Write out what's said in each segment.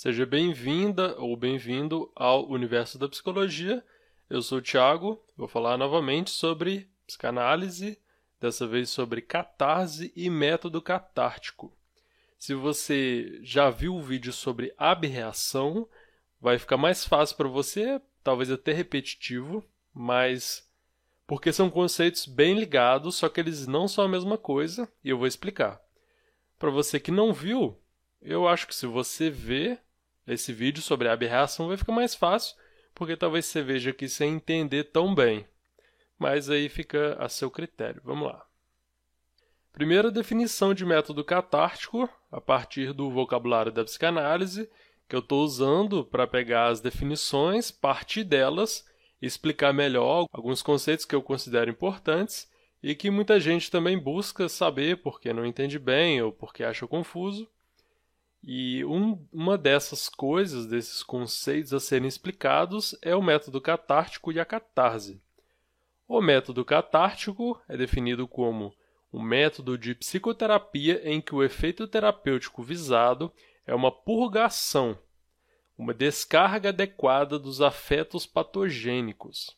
Seja bem-vinda ou bem-vindo ao Universo da Psicologia. Eu sou o Thiago, vou falar novamente sobre psicanálise, dessa vez sobre catarse e método catártico. Se você já viu o vídeo sobre abreação, vai ficar mais fácil para você, talvez até repetitivo, mas porque são conceitos bem ligados, só que eles não são a mesma coisa, e eu vou explicar. Para você que não viu, eu acho que se você ver esse vídeo sobre a aberração vai ficar mais fácil, porque talvez você veja aqui sem entender tão bem. Mas aí fica a seu critério. Vamos lá. Primeira definição de método catártico, a partir do vocabulário da psicanálise, que eu estou usando para pegar as definições, partir delas e explicar melhor alguns conceitos que eu considero importantes e que muita gente também busca saber porque não entende bem ou porque acha confuso. E uma dessas coisas, desses conceitos a serem explicados, é o método catártico e a catarse. O método catártico é definido como um método de psicoterapia em que o efeito terapêutico visado é uma purgação, uma descarga adequada dos afetos patogênicos.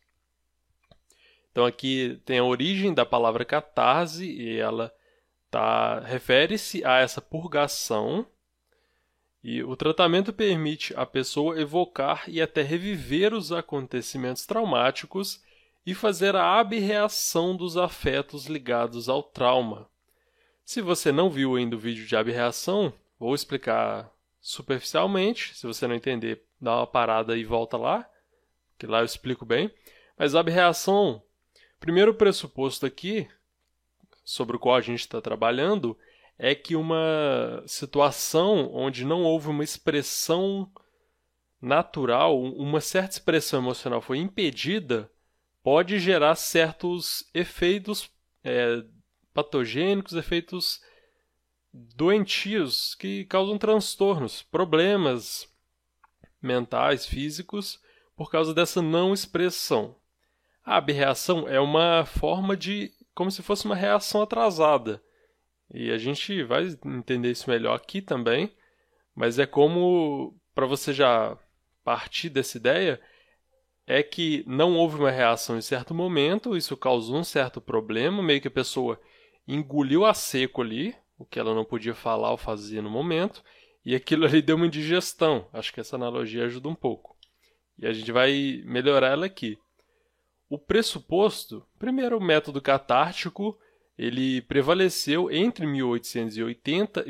Então aqui tem a origem da palavra catarse e ela refere-se a essa purgação. E o tratamento permite à pessoa evocar e até reviver os acontecimentos traumáticos e fazer a abreação dos afetos ligados ao trauma. Se você não viu ainda o vídeo de abreação, vou explicar superficialmente. Se você não entender, dá uma parada e volta lá, que lá eu explico bem. Mas a abreação, primeiro pressuposto aqui, sobre o qual a gente está trabalhando, é que uma situação onde não houve uma expressão natural, uma certa expressão emocional foi impedida, pode gerar certos efeitos patogênicos, efeitos doentios que causam transtornos, problemas mentais, físicos, por causa dessa não expressão. A aberração é uma forma de, como se fosse uma reação atrasada. E a gente vai entender isso melhor aqui também, mas é como, para você já partir dessa ideia, é que não houve uma reação em certo momento, isso causou um certo problema, meio que a pessoa engoliu a seco ali, o que ela não podia falar ou fazer no momento, e aquilo ali deu uma indigestão. Acho que essa analogia ajuda um pouco. E a gente vai melhorar ela aqui. O pressuposto, primeiro o método catártico, ele prevaleceu entre 1880 e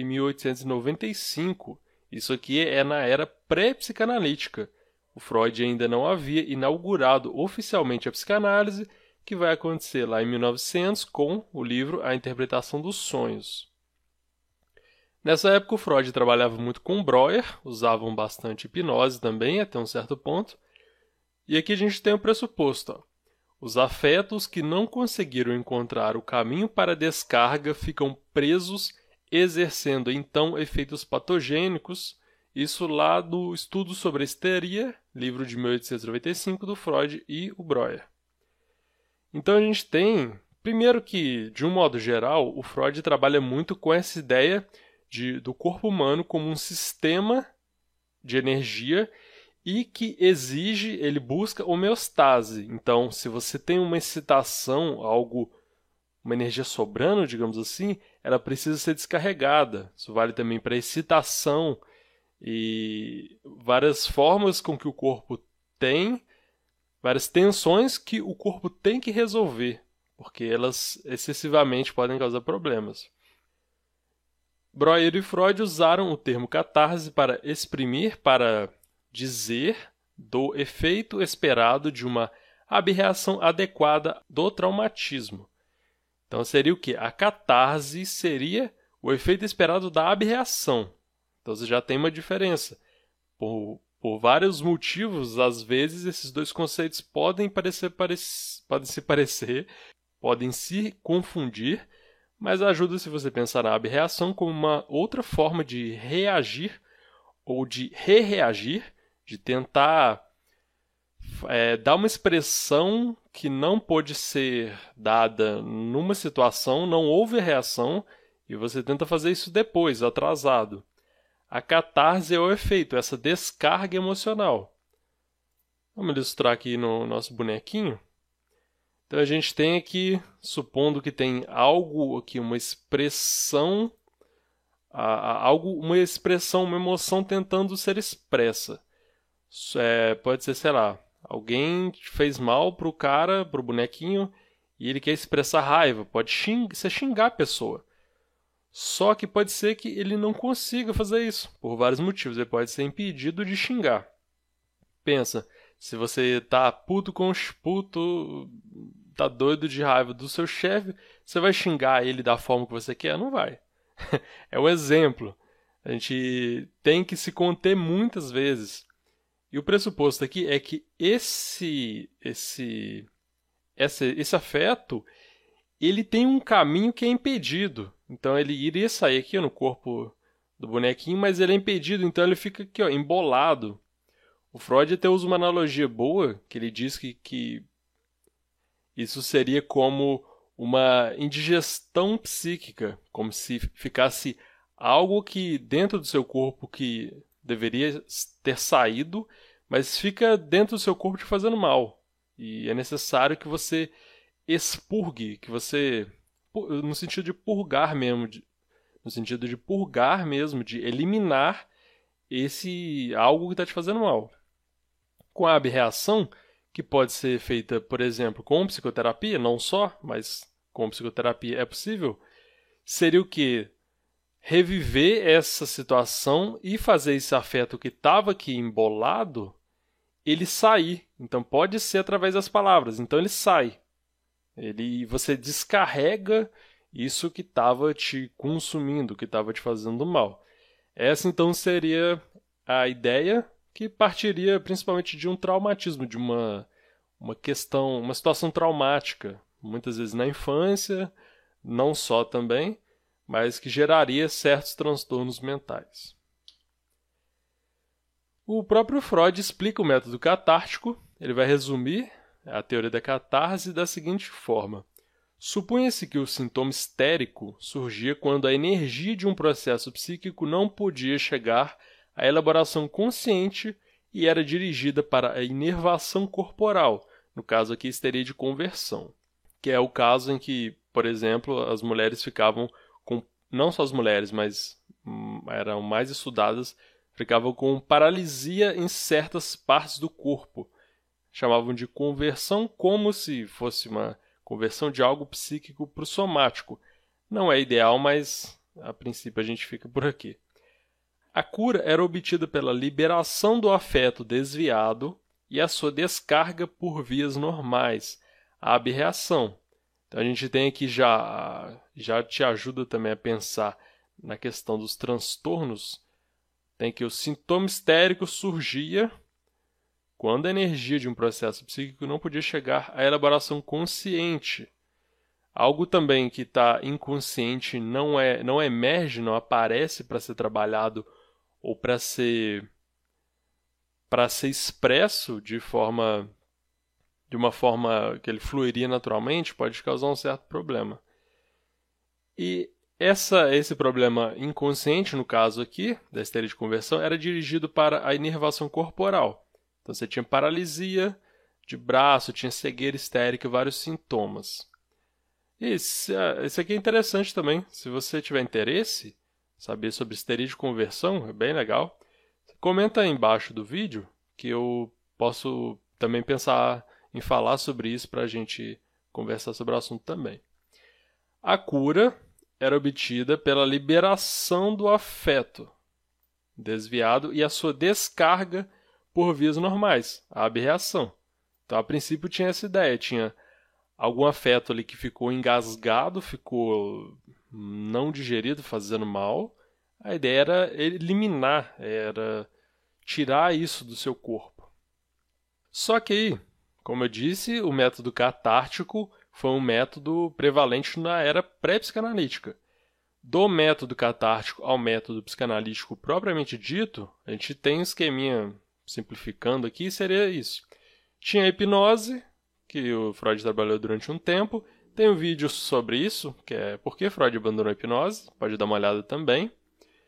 1895. Isso aqui é na era pré-psicanalítica. O Freud ainda não havia inaugurado oficialmente a psicanálise, que vai acontecer lá em 1900 com o livro A Interpretação dos Sonhos. Nessa época o Freud trabalhava muito com Breuer, usavam bastante hipnose também até um certo ponto. E aqui a gente tem o pressuposto, ó. Os afetos que não conseguiram encontrar o caminho para a descarga ficam presos, exercendo então efeitos patogênicos. Isso lá do Estudo sobre a Histeria, livro de 1895 do Freud e o Breuer. Então a gente tem, primeiro que, de um modo geral, o Freud trabalha muito com essa ideia do corpo humano como um sistema de energia e que ele busca homeostase. Então, se você tem uma excitação, uma energia sobrando, digamos assim, ela precisa ser descarregada. Isso vale também para excitação e várias formas com que o corpo tem, várias tensões que o corpo tem que resolver, porque elas excessivamente podem causar problemas. Breuer e Freud usaram o termo catarse para exprimir, para dizer do efeito esperado de uma abreação adequada do traumatismo. Então seria o quê? A catarse seria o efeito esperado da abreação. Então você já tem uma diferença. Por vários motivos, às vezes esses dois conceitos podem se parecer, podem se confundir, mas ajuda se você pensar na abreação como uma outra forma de reagir ou de reagir, de tentar dar uma expressão que não pôde ser dada numa situação, não houve reação, e você tenta fazer isso depois, atrasado. A catarse é o efeito, essa descarga emocional. Vamos ilustrar aqui no nosso bonequinho. Então a gente tem aqui, supondo que tem algo aqui, uma expressão, uma expressão, uma emoção tentando ser expressa. Pode ser, sei lá, alguém fez mal pro cara, pro bonequinho, e ele quer expressar raiva. Pode ser xingar a pessoa. Só que pode ser que ele não consiga fazer isso, por vários motivos. Ele pode ser impedido de xingar. Pensa, se você tá puto, tá doido de raiva do seu chefe, você vai xingar ele da forma que você quer? Não vai. É um exemplo. A gente tem que se conter muitas vezes. E o pressuposto aqui é que esse afeto, ele tem um caminho que é impedido. Então ele iria sair aqui no corpo do bonequinho, mas ele é impedido, então ele fica aqui, ó, embolado. O Freud até usa uma analogia boa, que ele diz que isso seria como uma indigestão psíquica, como se ficasse algo que dentro do seu corpo que deveria ter saído, mas fica dentro do seu corpo te fazendo mal. E é necessário que você expurgue, que você, no sentido de purgar mesmo, de eliminar esse algo que está te fazendo mal. Com a abreação, que pode ser feita, por exemplo, com psicoterapia, não só, mas com psicoterapia é possível, seria o quê? Reviver essa situação e fazer esse afeto que estava aqui embolado, ele sair. Então pode ser através das palavras, então ele sai. Você descarrega isso que estava te consumindo, que estava te fazendo mal. Essa então seria a ideia, que partiria principalmente de um traumatismo, de uma questão, uma situação traumática, muitas vezes na infância, não só também, mas que geraria certos transtornos mentais. O próprio Freud explica o método catártico. Ele vai resumir a teoria da catarse da seguinte forma: supunha-se que o sintoma histérico surgia quando a energia de um processo psíquico não podia chegar à elaboração consciente e era dirigida para a inervação corporal, no caso aqui histeria de conversão, que é o caso em que, por exemplo, as mulheres ficavam com, não só as mulheres, mas eram mais estudadas, ficavam com paralisia em certas partes do corpo. Chamavam de conversão, como se fosse uma conversão de algo psíquico para o somático. Não é ideal, mas a princípio a gente fica por aqui. A cura era obtida pela liberação do afeto desviado e a sua descarga por vias normais, a abreação. Então a gente tem aqui já te ajuda também a pensar na questão dos transtornos. Tem que o sintoma histérico surgia quando a energia de um processo psíquico não podia chegar à elaboração consciente. Algo também que está inconsciente não emerge, não aparece para ser trabalhado ou para ser expresso de uma forma que ele fluiria naturalmente, pode causar um certo problema. E esse problema inconsciente, no caso aqui, da histeria de conversão, era dirigido para a inervação corporal. Então você tinha paralisia de braço, tinha cegueira histérica, vários sintomas. Esse aqui é interessante também. Se você tiver interesse, saber sobre histeria de conversão, é bem legal. Comenta aí embaixo do vídeo que eu posso também pensar em falar sobre isso para a gente conversar sobre o assunto também. A cura era obtida pela liberação do afeto desviado e a sua descarga por vias normais, a abreação. Então, a princípio tinha essa ideia, tinha algum afeto ali que ficou engasgado, ficou não digerido, fazendo mal. A ideia era eliminar, era tirar isso do seu corpo. Só que aí, como eu disse, o método catártico foi um método prevalente na era pré-psicanalítica. Do método catártico ao método psicanalítico propriamente dito, a gente tem um esqueminha, simplificando aqui, seria isso. Tinha a hipnose, que o Freud trabalhou durante um tempo. Tem um vídeo sobre isso, que é Por que Freud abandonou a hipnose, pode dar uma olhada também.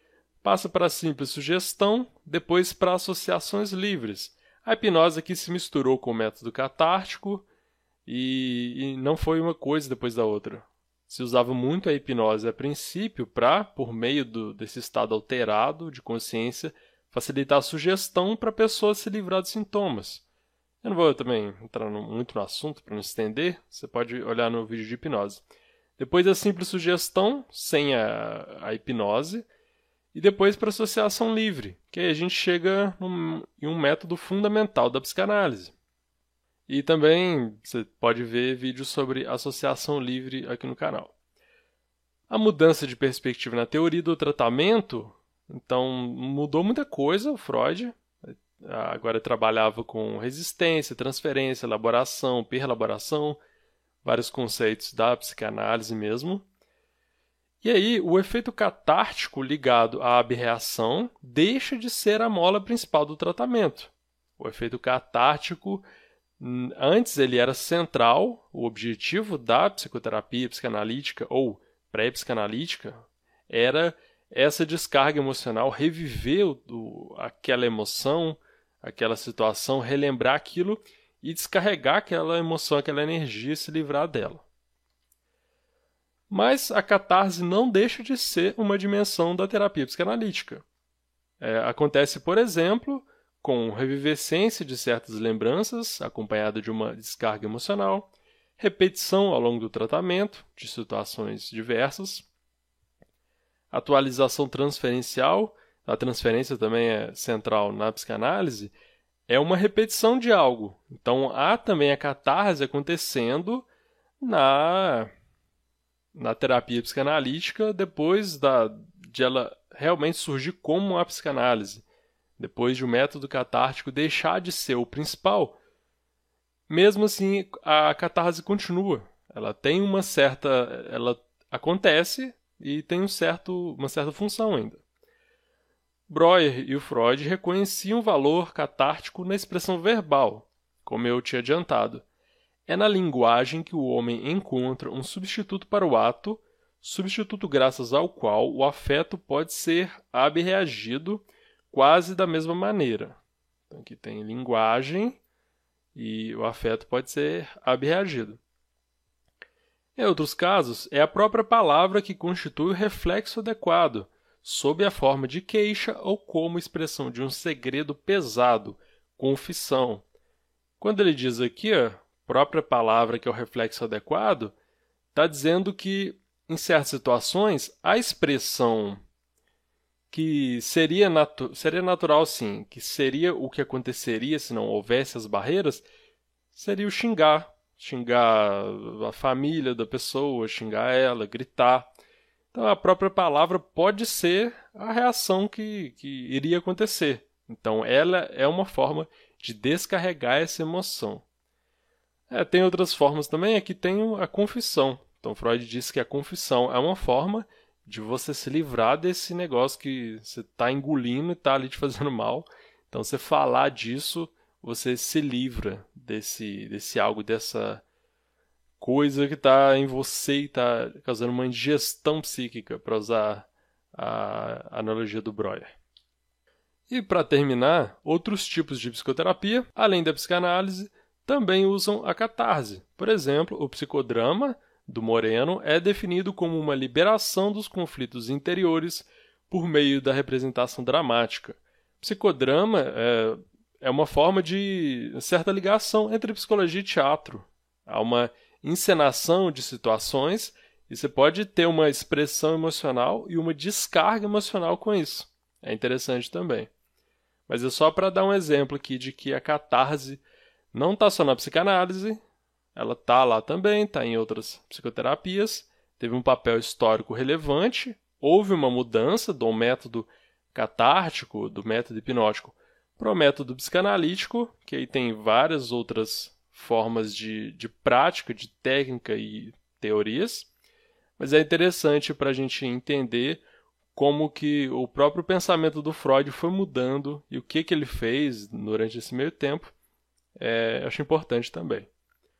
passa para a simples sugestão, depois para associações livres. A hipnose aqui se misturou com o método catártico e não foi uma coisa depois da outra. Se usava muito a hipnose a princípio para, por meio desse estado alterado de consciência, facilitar a sugestão para a pessoa se livrar dos sintomas. Eu não vou também entrar muito no assunto para não estender, você pode olhar no vídeo de hipnose. Depois a simples sugestão, sem a hipnose, e depois para associação livre, que aí a gente chega em um método fundamental da psicanálise. E também você pode ver vídeos sobre associação livre aqui no canal. A mudança de perspectiva na teoria do tratamento, então mudou muita coisa, o Freud. Agora trabalhava com resistência, transferência, elaboração, perlaboração, vários conceitos da psicanálise mesmo. E aí, o efeito catártico ligado à abreação deixa de ser a mola principal do tratamento. O efeito catártico, antes ele era central, o objetivo da psicoterapia psicanalítica ou pré-psicanalítica era essa descarga emocional, reviver aquela emoção, aquela situação, relembrar aquilo e descarregar aquela emoção, aquela energia e se livrar dela. Mas a catarse não deixa de ser uma dimensão da terapia psicanalítica. Acontece, por exemplo, com revivescência de certas lembranças, acompanhada de uma descarga emocional, repetição ao longo do tratamento de situações diversas, atualização transferencial, a transferência também é central na psicanálise, é uma repetição de algo. Então, há também a catarse acontecendo na terapia psicanalítica depois de ela realmente surgir como a psicanálise. Depois de o método catártico deixar de ser o principal, mesmo assim a catarse continua. Ela acontece e tem uma certa função ainda. Breuer e o Freud reconheciam o valor catártico na expressão verbal, como eu tinha adiantado. É na linguagem que o homem encontra um substituto para o ato, substituto graças ao qual o afeto pode ser abreagido quase da mesma maneira. Então, aqui tem linguagem e o afeto pode ser abreagido. Em outros casos, é a própria palavra que constitui o reflexo adequado, sob a forma de queixa ou como expressão de um segredo pesado, confissão. Quando ele diz aqui, a própria palavra que é o reflexo adequado, está dizendo que, em certas situações, a expressão que seria natural, sim, que seria o que aconteceria se não houvesse as barreiras, seria o xingar a família da pessoa, xingar ela, gritar. Então, a própria palavra pode ser a reação que iria acontecer. Então, ela é uma forma de descarregar essa emoção. Tem outras formas também, aqui tem a confissão. Então, Freud diz que a confissão é uma forma de você se livrar desse negócio que você está engolindo e está ali te fazendo mal. Então, você falar disso, você se livra desse algo, dessa coisa que está em você e está causando uma indigestão psíquica, para usar a analogia do Breuer. E para terminar, outros tipos de psicoterapia, além da psicanálise, também usam a catarse. Por exemplo, o psicodrama do Moreno é definido como uma liberação dos conflitos interiores por meio da representação dramática. Psicodrama é uma forma de certa ligação entre psicologia e teatro. Há uma encenação de situações e você pode ter uma expressão emocional e uma descarga emocional com isso. É interessante também. Mas é só para dar um exemplo aqui de que a catarse não está só na psicanálise, ela está lá também, está em outras psicoterapias, teve um papel histórico relevante, houve uma mudança do método catártico, do método hipnótico, para o método psicanalítico, que aí tem várias outras formas de prática, de técnica e teorias, mas é interessante para a gente entender como que o próprio pensamento do Freud foi mudando e o que ele fez durante esse meio tempo, eu acho importante também.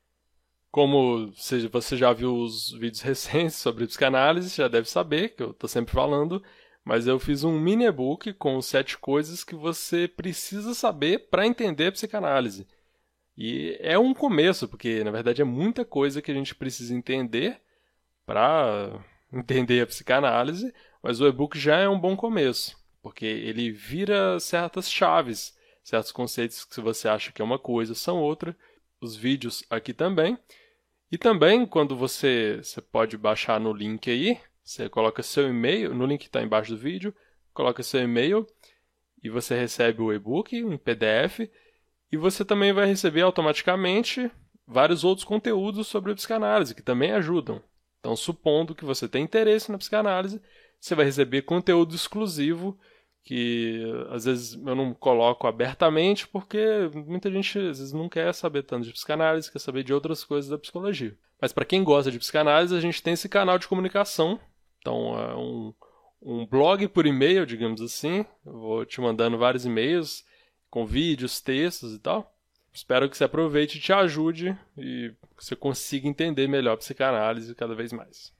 Como você já viu os vídeos recentes sobre psicanálise, já deve saber, que eu estou sempre falando, mas eu fiz um mini e-book com 7 coisas que você precisa saber para entender a psicanálise. E é um começo, porque na verdade é muita coisa que a gente precisa entender para entender a psicanálise, mas o e-book já é um bom começo, porque ele vira certas chaves, certos conceitos que você acha que é uma coisa são outra. Os vídeos aqui também. E também, quando você pode baixar no link aí, você coloca seu e-mail, no link que está embaixo do vídeo, coloca seu e-mail e você recebe o e-book, um PDF, e você também vai receber automaticamente vários outros conteúdos sobre a psicanálise, que também ajudam. Então, supondo que você tem interesse na psicanálise, você vai receber conteúdo exclusivo que às vezes eu não coloco abertamente porque muita gente às vezes não quer saber tanto de psicanálise, quer saber de outras coisas da psicologia. Mas para quem gosta de psicanálise, a gente tem esse canal de comunicação. Então é um blog por e-mail, digamos assim. Eu vou te mandando vários e-mails com vídeos, textos e tal. Espero que você aproveite e te ajude e que você consiga entender melhor a psicanálise cada vez mais.